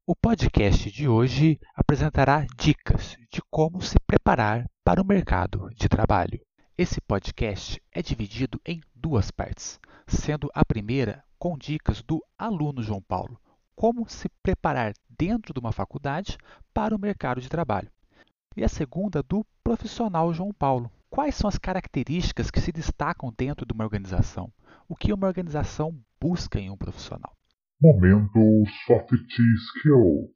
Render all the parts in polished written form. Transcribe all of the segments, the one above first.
O podcast de hoje apresentará dicas de como se preparar para o mercado de trabalho. Esse podcast é dividido em duas partes, sendo a primeira com dicas do aluno João Paulo, como se preparar dentro de uma faculdade para o mercado de trabalho. E a segunda do profissional João Paulo. Quais são as características que se destacam dentro de uma organização? O que uma organização busca em um profissional? Momento Soft Skills.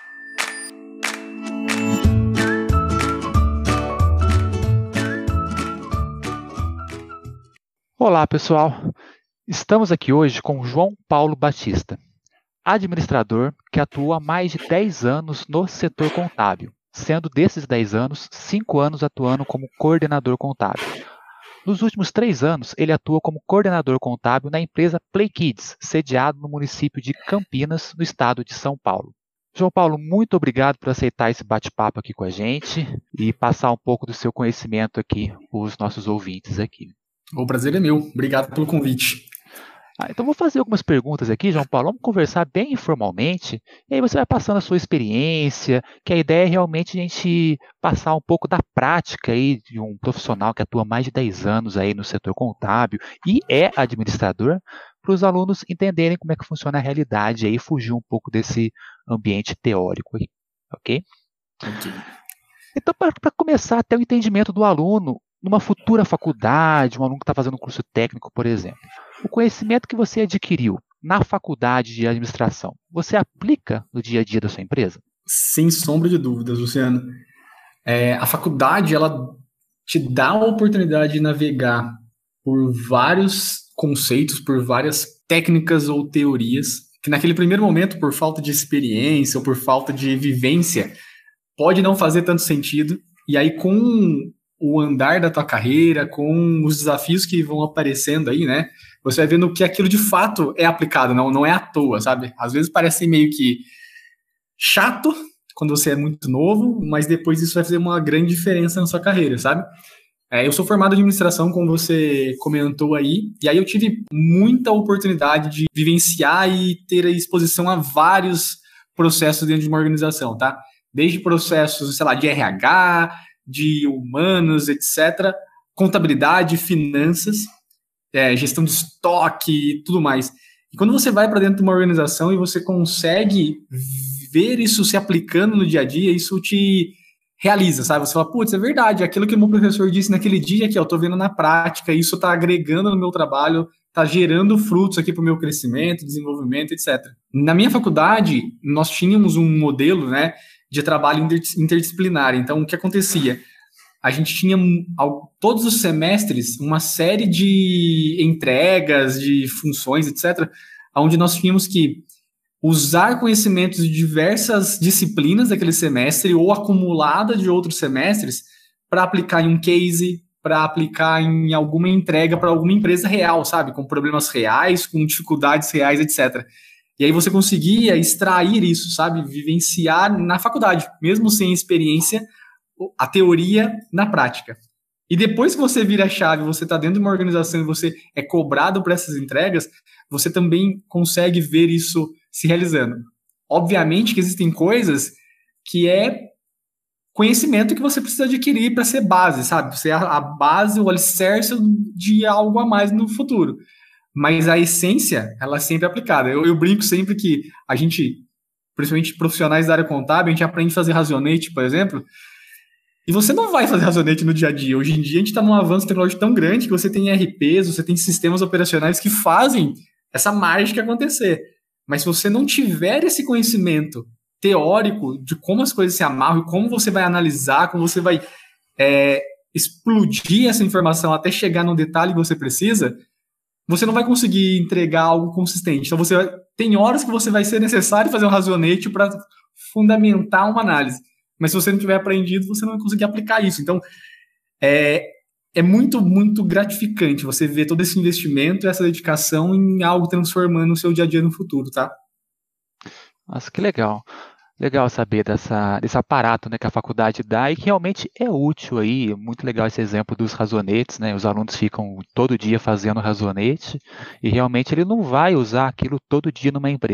Olá, pessoal. Estamos aqui hoje com João Paulo Batista, administrador que atua há mais de 10 anos no setor contábil, sendo desses 10 anos, 5 anos atuando como coordenador contábil. Nos últimos 3 anos, ele atua como coordenador contábil na empresa Play Kids, sediado no município de Campinas, no estado de São Paulo. João Paulo, muito obrigado por aceitar esse bate-papo aqui com a gente e passar um pouco do seu conhecimento aqui para os nossos ouvintes aqui. O prazer é meu. Obrigado pelo convite. Então vou fazer algumas perguntas aqui, João Paulo. Vamos conversar bem informalmente. E aí você vai passando a sua experiência, que a ideia é realmente a gente passar um pouco da prática aí de um profissional que atua mais de 10 anos aí no setor contábil e é administrador, para os alunos entenderem como é que funciona a realidade aí, fugir um pouco desse ambiente teórico aí, ok? Ok. Então, para começar, até o entendimento do aluno, numa futura faculdade, um aluno que está fazendo um curso técnico, por exemplo, o conhecimento que você adquiriu na faculdade de administração, você aplica no dia a dia da sua empresa? Sem sombra de dúvidas, Luciano. A faculdade, ela te dá a oportunidade de navegar por vários conceitos, por várias técnicas ou teorias, que naquele primeiro momento, por falta de experiência ou por falta de vivência, pode não fazer tanto sentido. E aí, com o andar da tua carreira, com os desafios que vão aparecendo aí, né? Você vai vendo que aquilo de fato é aplicado, não é à toa, sabe? Às vezes parece meio que chato quando você é muito novo, mas depois isso vai fazer uma grande diferença na sua carreira, sabe? Eu sou formado em administração, como você comentou aí, e aí eu tive muita oportunidade de vivenciar e ter a exposição a vários processos dentro de uma organização, tá? Desde processos, sei lá, de RH, de humanos, etc., contabilidade, finanças, gestão de estoque e tudo mais. E quando você vai para dentro de uma organização e você consegue ver isso se aplicando no dia a dia, isso te realiza, sabe? Você fala, putz, é verdade, aquilo que o meu professor disse naquele dia aqui, eu estou vendo na prática, isso está agregando no meu trabalho, está gerando frutos aqui para o meu crescimento, desenvolvimento, etc. Na minha faculdade, nós tínhamos um modelo, né, de trabalho interdisciplinar. Então, o que acontecia? A gente tinha, todos os semestres, uma série de entregas, de funções, etc., onde nós tínhamos que usar conhecimentos de diversas disciplinas daquele semestre ou acumulada de outros semestres para aplicar em um case, para aplicar em alguma entrega para alguma empresa real, sabe? Com problemas reais, com dificuldades reais, etc. E aí você conseguia extrair isso, sabe? Vivenciar na faculdade, mesmo sem experiência, a teoria na prática. E depois que você vira a chave, você está dentro de uma organização e você é cobrado por essas entregas, você também consegue ver isso se realizando. Obviamente que existem coisas que é conhecimento que você precisa adquirir para ser base, sabe? Ser a base, o alicerce de algo a mais no futuro. Mas a essência, ela é sempre aplicada. Eu brinco sempre que a gente, principalmente profissionais da área contábil, a gente aprende a fazer razonete, por exemplo, e você não vai fazer razonete no dia a dia. Hoje em dia a gente está num avanço tecnológico tão grande que você tem ERPs, você tem sistemas operacionais que fazem essa mágica acontecer. Mas se você não tiver esse conhecimento teórico de como as coisas se amarram, como você vai analisar, como você vai explodir essa informação até chegar no detalhe que você precisa, você não vai conseguir entregar algo consistente. Então, tem horas que você vai ser necessário fazer um razonete para fundamentar uma análise. Mas se você não tiver aprendido, você não vai conseguir aplicar isso. Então, é muito, muito gratificante você ver todo esse investimento e essa dedicação em algo transformando o seu dia a dia no futuro, tá? Nossa, que legal. Legal saber desse aparato, né, que a faculdade dá e que realmente é útil aí. Muito legal esse exemplo dos razonetes, né? Os alunos ficam todo dia fazendo razonete e realmente ele não vai usar aquilo todo dia numa empresa.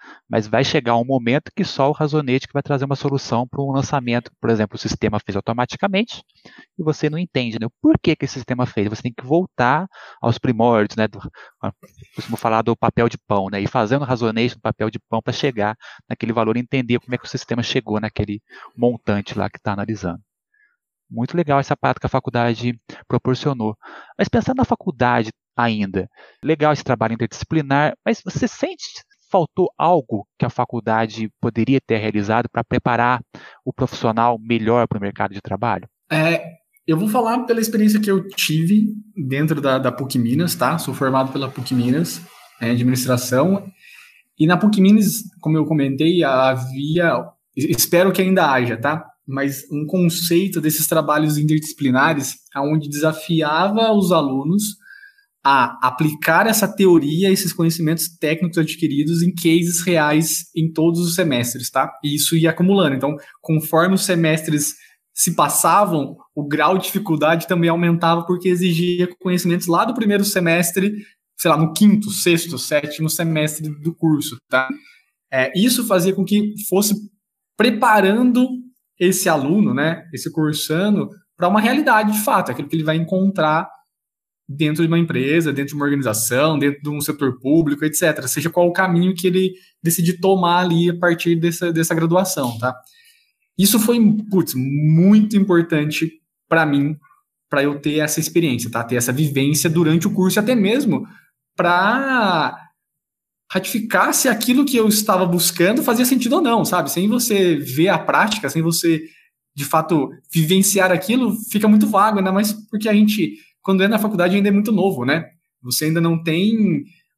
Mas vai chegar um momento que só o Razonete que vai trazer uma solução para um lançamento. Por exemplo, o sistema fez automaticamente e você não entende, né? Por que que esse sistema fez? Você tem que voltar aos primórdios, né? Costumo falar do papel de pão, né? E fazendo Razonete no papel de pão para chegar naquele valor e entender como é que o sistema chegou naquele montante lá que está analisando. Muito legal essa parte que a faculdade proporcionou. Mas pensando na faculdade ainda, legal esse trabalho interdisciplinar, mas você sente que faltou algo que a faculdade poderia ter realizado para preparar o profissional melhor para o mercado de trabalho? Eu vou falar pela experiência que eu tive dentro da PUC Minas, tá? Sou formado pela PUC Minas, em administração. E na PUC Minas, como eu comentei, havia, espero que ainda haja, tá? Mas um conceito desses trabalhos interdisciplinares, onde desafiava os alunos a aplicar essa teoria, esses conhecimentos técnicos adquiridos em cases reais em todos os semestres, tá? E isso ia acumulando. Então, conforme os semestres se passavam, o grau de dificuldade também aumentava porque exigia conhecimentos lá do primeiro semestre, sei lá, no quinto, sexto, sétimo semestre do curso, tá? Isso fazia com que fosse preparando esse aluno, né, esse cursando, para uma realidade de fato, aquilo que ele vai encontrar dentro de uma empresa, dentro de uma organização, dentro de um setor público, etc. Seja qual o caminho que ele decidir tomar ali a partir dessa graduação, tá? Isso foi, muito importante para mim, para eu ter essa experiência, tá? Ter essa vivência durante o curso, até mesmo para ratificar se aquilo que eu estava buscando fazia sentido ou não, sabe? Sem você ver a prática, sem você, de fato, vivenciar aquilo, fica muito vago, ainda mais porque a gente, quando é na faculdade, ainda é muito novo, né? Você ainda não tem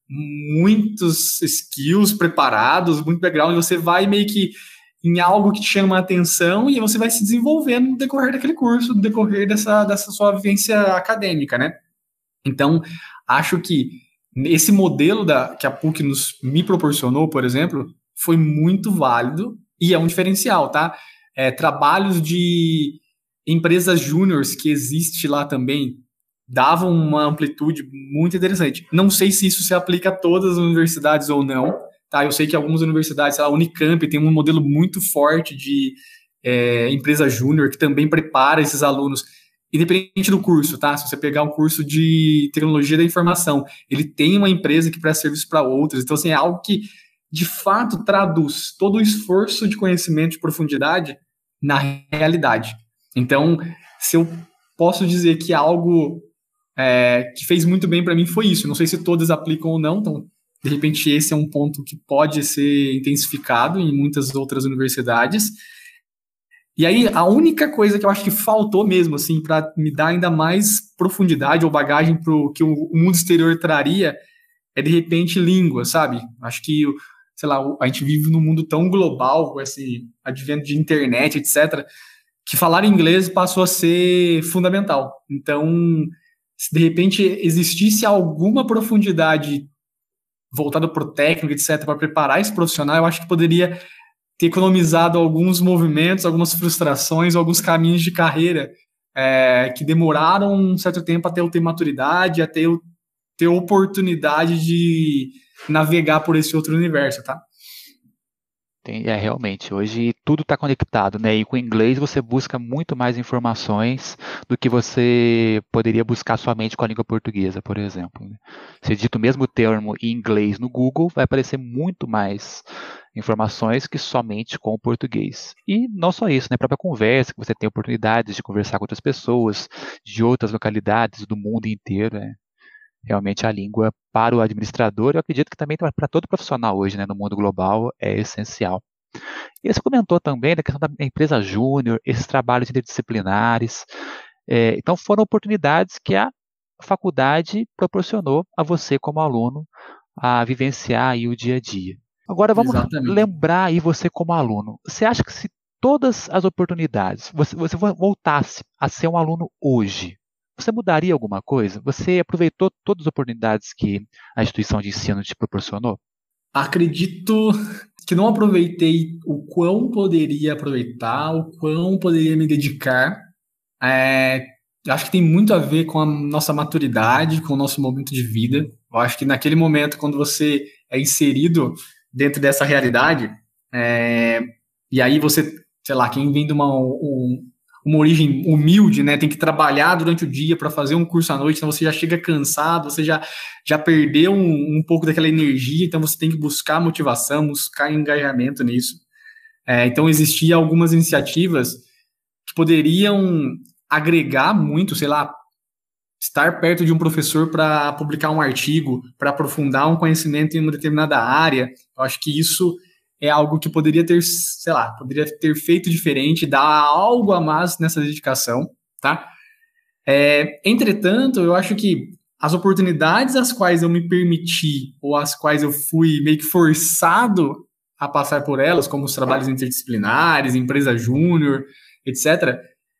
muitos skills preparados, muito background, você vai meio que em algo que te chama a atenção e você vai se desenvolvendo no decorrer daquele curso, no decorrer dessa sua vivência acadêmica, né? Então, acho que esse modelo que a PUC me proporcionou, por exemplo, foi muito válido e é um diferencial, tá? Trabalhos de empresas júniores que existe lá também davam uma amplitude muito interessante. Não sei se isso se aplica a todas as universidades ou não, tá? Eu sei que algumas universidades, a Unicamp tem um modelo muito forte de empresa júnior que também prepara esses alunos, independente do curso, tá? Se você pegar um curso de tecnologia da informação, ele tem uma empresa que presta serviço para outras. Então, assim, é algo que, de fato, traduz todo o esforço de conhecimento de profundidade na realidade. Então, se eu posso dizer que algo que fez muito bem para mim foi isso. Não sei se todas aplicam ou não, então, de repente, esse é um ponto que pode ser intensificado em muitas outras universidades. E aí, a única coisa que eu acho que faltou mesmo, assim, para me dar ainda mais profundidade ou bagagem para o que o mundo exterior traria, é, de repente, língua, sabe? Acho que, sei lá, a gente vive num mundo tão global, com esse advento de internet, etc., que falar inglês passou a ser fundamental. Então, se de repente existisse alguma profundidade voltada para o técnico, etc., para preparar esse profissional, eu acho que poderia ter economizado alguns movimentos, algumas frustrações, alguns caminhos de carreira que demoraram um certo tempo até eu ter maturidade, até eu ter oportunidade de navegar por esse outro universo, tá? Realmente, hoje tudo está conectado, né? E com o inglês você busca muito mais informações do que você poderia buscar somente com a língua portuguesa, por exemplo, né? Se dito o mesmo termo em inglês no Google, vai aparecer muito mais informações que somente com o português. E não só isso, né? A própria conversa, que você tem oportunidades de conversar com outras pessoas de outras localidades do mundo inteiro, né? Realmente a língua para o administrador, eu acredito que também para todo profissional hoje, né, no mundo global, é essencial. E você comentou também da questão da empresa júnior, esses trabalhos interdisciplinares. Então foram oportunidades que a faculdade proporcionou a você como aluno a vivenciar aí o dia a dia. Agora vamos Exatamente. lembrar aí você como aluno. Você acha que se todas as oportunidades, você voltasse a ser um aluno hoje, você mudaria alguma coisa? Você aproveitou todas as oportunidades que a instituição de ensino te proporcionou? Acredito que não aproveitei o quão poderia aproveitar, o quão poderia me dedicar. Acho que tem muito a ver com a nossa maturidade, com o nosso momento de vida. Eu acho que naquele momento, quando você é inserido dentro dessa realidade, e aí você, sei lá, quem vem de uma origem humilde, né, tem que trabalhar durante o dia para fazer um curso à noite, então você já chega cansado, você já perdeu um pouco daquela energia, então você tem que buscar motivação, buscar engajamento nisso. Então existiam algumas iniciativas que poderiam agregar muito, sei lá, estar perto de um professor para publicar um artigo, para aprofundar um conhecimento em uma determinada área. Eu acho que isso é algo que poderia ter, sei lá, poderia ter feito diferente, dar algo a mais nessa dedicação, tá? Entretanto, eu acho que as oportunidades às quais eu me permiti, ou às quais eu fui meio que forçado a passar por elas, como os trabalhos interdisciplinares, empresa júnior, etc.,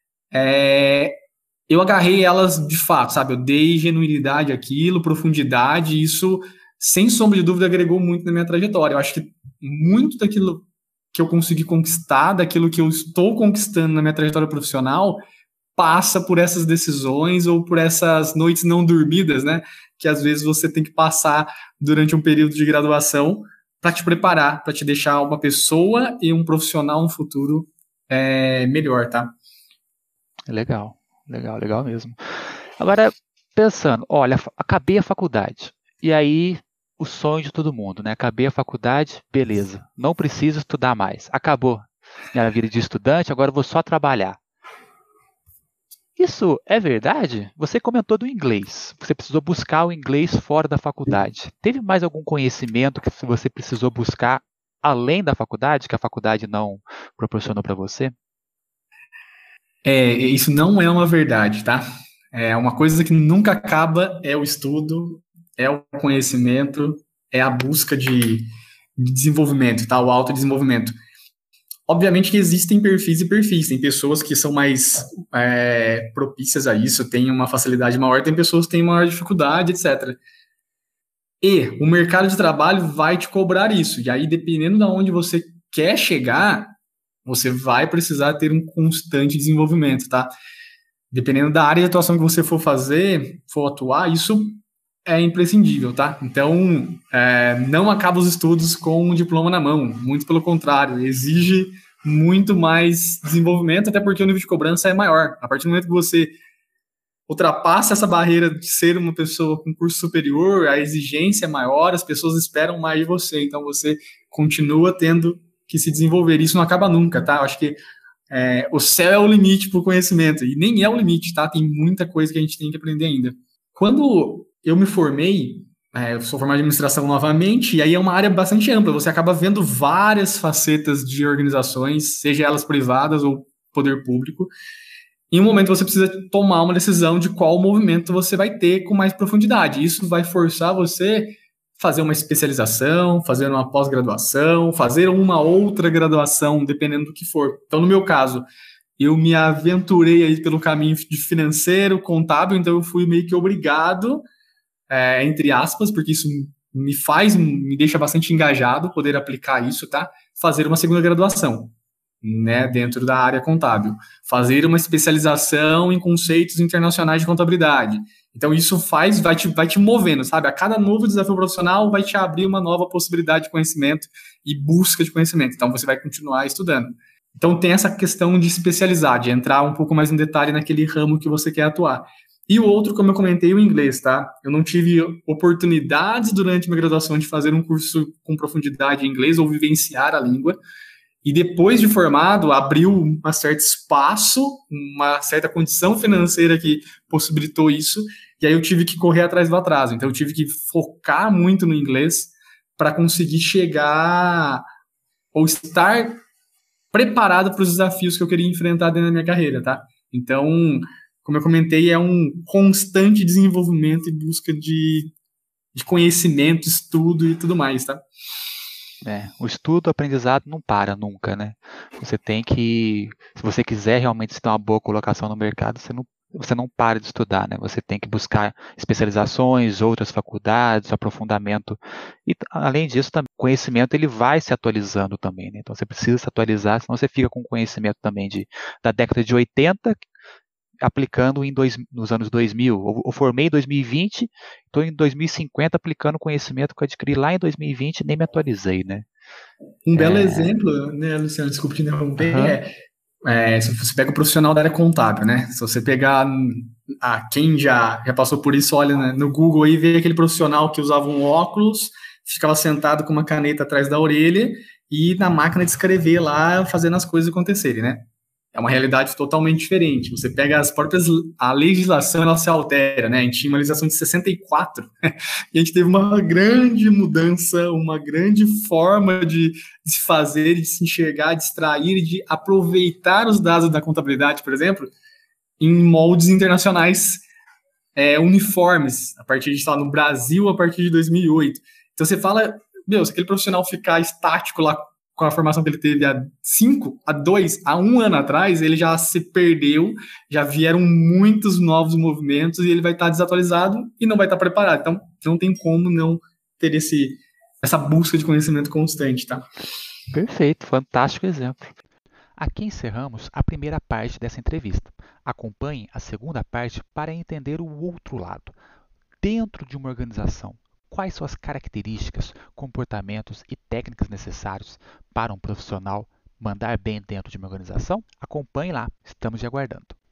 eu agarrei elas de fato, sabe? Eu dei genuinidade àquilo, profundidade, e isso, sem sombra de dúvida, agregou muito na minha trajetória. Eu acho que muito daquilo que eu consegui conquistar, daquilo que eu estou conquistando na minha trajetória profissional, passa por essas decisões ou por essas noites não dormidas, né? Que às vezes você tem que passar durante um período de graduação para te preparar, para te deixar uma pessoa e um profissional no futuro melhor, tá? Legal, legal, legal mesmo. Agora, pensando, olha, acabei a faculdade. E aí, o sonho de todo mundo, né? Acabei a faculdade, beleza. Não preciso estudar mais. Acabou minha vida de estudante, agora eu vou só trabalhar. Isso é verdade? Você comentou do inglês. Você precisou buscar o inglês fora da faculdade. Teve mais algum conhecimento que você precisou buscar além da faculdade, que a faculdade não proporcionou para você? Isso não é uma verdade, tá? É uma coisa que nunca acaba, é o estudo, é o conhecimento, é a busca de desenvolvimento, tá? O autodesenvolvimento. Obviamente que existem perfis e perfis, tem pessoas que são mais propícias a isso, têm uma facilidade maior, tem pessoas que têm maior dificuldade, etc. E o mercado de trabalho vai te cobrar isso, e aí dependendo de onde você quer chegar, você vai precisar ter um constante desenvolvimento, tá? Dependendo da área de atuação que você for fazer, for atuar, isso é imprescindível, tá? Então, não acaba os estudos com um diploma na mão, muito pelo contrário, exige muito mais desenvolvimento, até porque o nível de cobrança é maior. A partir do momento que você ultrapassa essa barreira de ser uma pessoa com curso superior, a exigência é maior, as pessoas esperam mais de você, então você continua tendo que se desenvolver. Isso não acaba nunca, tá? Eu acho que o céu é o limite para o conhecimento, e nem é o limite, tá? Tem muita coisa que a gente tem que aprender ainda. Quando eu me formei, eu sou formado em administração novamente, e aí é uma área bastante ampla, você acaba vendo várias facetas de organizações, seja elas privadas ou poder público. Em um momento você precisa tomar uma decisão de qual movimento você vai ter com mais profundidade. Isso vai forçar você fazer uma especialização, fazer uma pós-graduação, fazer uma outra graduação, dependendo do que for. Então, no meu caso, eu me aventurei aí pelo caminho de financeiro, contábil, então eu fui meio que obrigado, entre aspas, porque isso me deixa bastante engajado poder aplicar isso, tá? Fazer uma segunda graduação, né, dentro da área contábil. Fazer uma especialização em conceitos internacionais de contabilidade. Então, isso vai te movendo, sabe? A cada novo desafio profissional vai te abrir uma nova possibilidade de conhecimento e busca de conhecimento. Então, você vai continuar estudando. Então, tem essa questão de especializar, de entrar um pouco mais em detalhe naquele ramo que você quer atuar. E o outro, como eu comentei, o inglês, tá? Eu não tive oportunidades durante minha graduação de fazer um curso com profundidade em inglês ou vivenciar a língua. E depois de formado, abriu um certo espaço, uma certa condição financeira que possibilitou isso, e aí eu tive que correr atrás do atraso. Então eu tive que focar muito no inglês para conseguir chegar ou estar preparado para os desafios que eu queria enfrentar dentro da minha carreira, tá? Então, como eu comentei, é um constante desenvolvimento e busca de conhecimento, estudo e tudo mais, tá? O estudo, o aprendizado não para nunca, né? Você tem que, se você quiser realmente ter uma boa colocação no mercado, você não para de estudar, né? Você tem que buscar especializações, outras faculdades, aprofundamento. E, além disso, também, o conhecimento ele vai se atualizando também, né? Então, você precisa se atualizar, senão você fica com conhecimento também da década de 80, aplicando nos anos 2000. Eu formei em 2020, estou em 2050 aplicando conhecimento que eu adquiri lá em 2020 e nem me atualizei, né? Um belo exemplo, né, Luciano, desculpe te interromper, Aham. se você pega o profissional da área contábil, né? Se você pegar quem já passou por isso, olha, né, no Google aí, vê aquele profissional que usava um óculos, ficava sentado com uma caneta atrás da orelha e na máquina de escrever lá, fazendo as coisas acontecerem, né? É uma realidade totalmente diferente. Você pega a legislação, ela se altera, né? A gente tinha uma legislação de 64 e a gente teve uma grande mudança, uma grande forma de se fazer, de se enxergar, de extrair, de aproveitar os dados da contabilidade, por exemplo, em moldes internacionais uniformes, a partir de, sei lá, no Brasil, a partir de 2008. Então você fala, se aquele profissional ficar estático lá com a formação que ele teve há 5, há 2, há 1 ano atrás, ele já se perdeu, já vieram muitos novos movimentos e ele vai estar desatualizado e não vai estar preparado. Então, não tem como não ter essa busca de conhecimento constante, tá? Perfeito, fantástico exemplo. Aqui encerramos a primeira parte dessa entrevista. Acompanhe a segunda parte para entender o outro lado. Dentro de uma organização, quais são as características, comportamentos e técnicas necessários para um profissional mandar bem dentro de uma organização? Acompanhe lá, estamos te aguardando.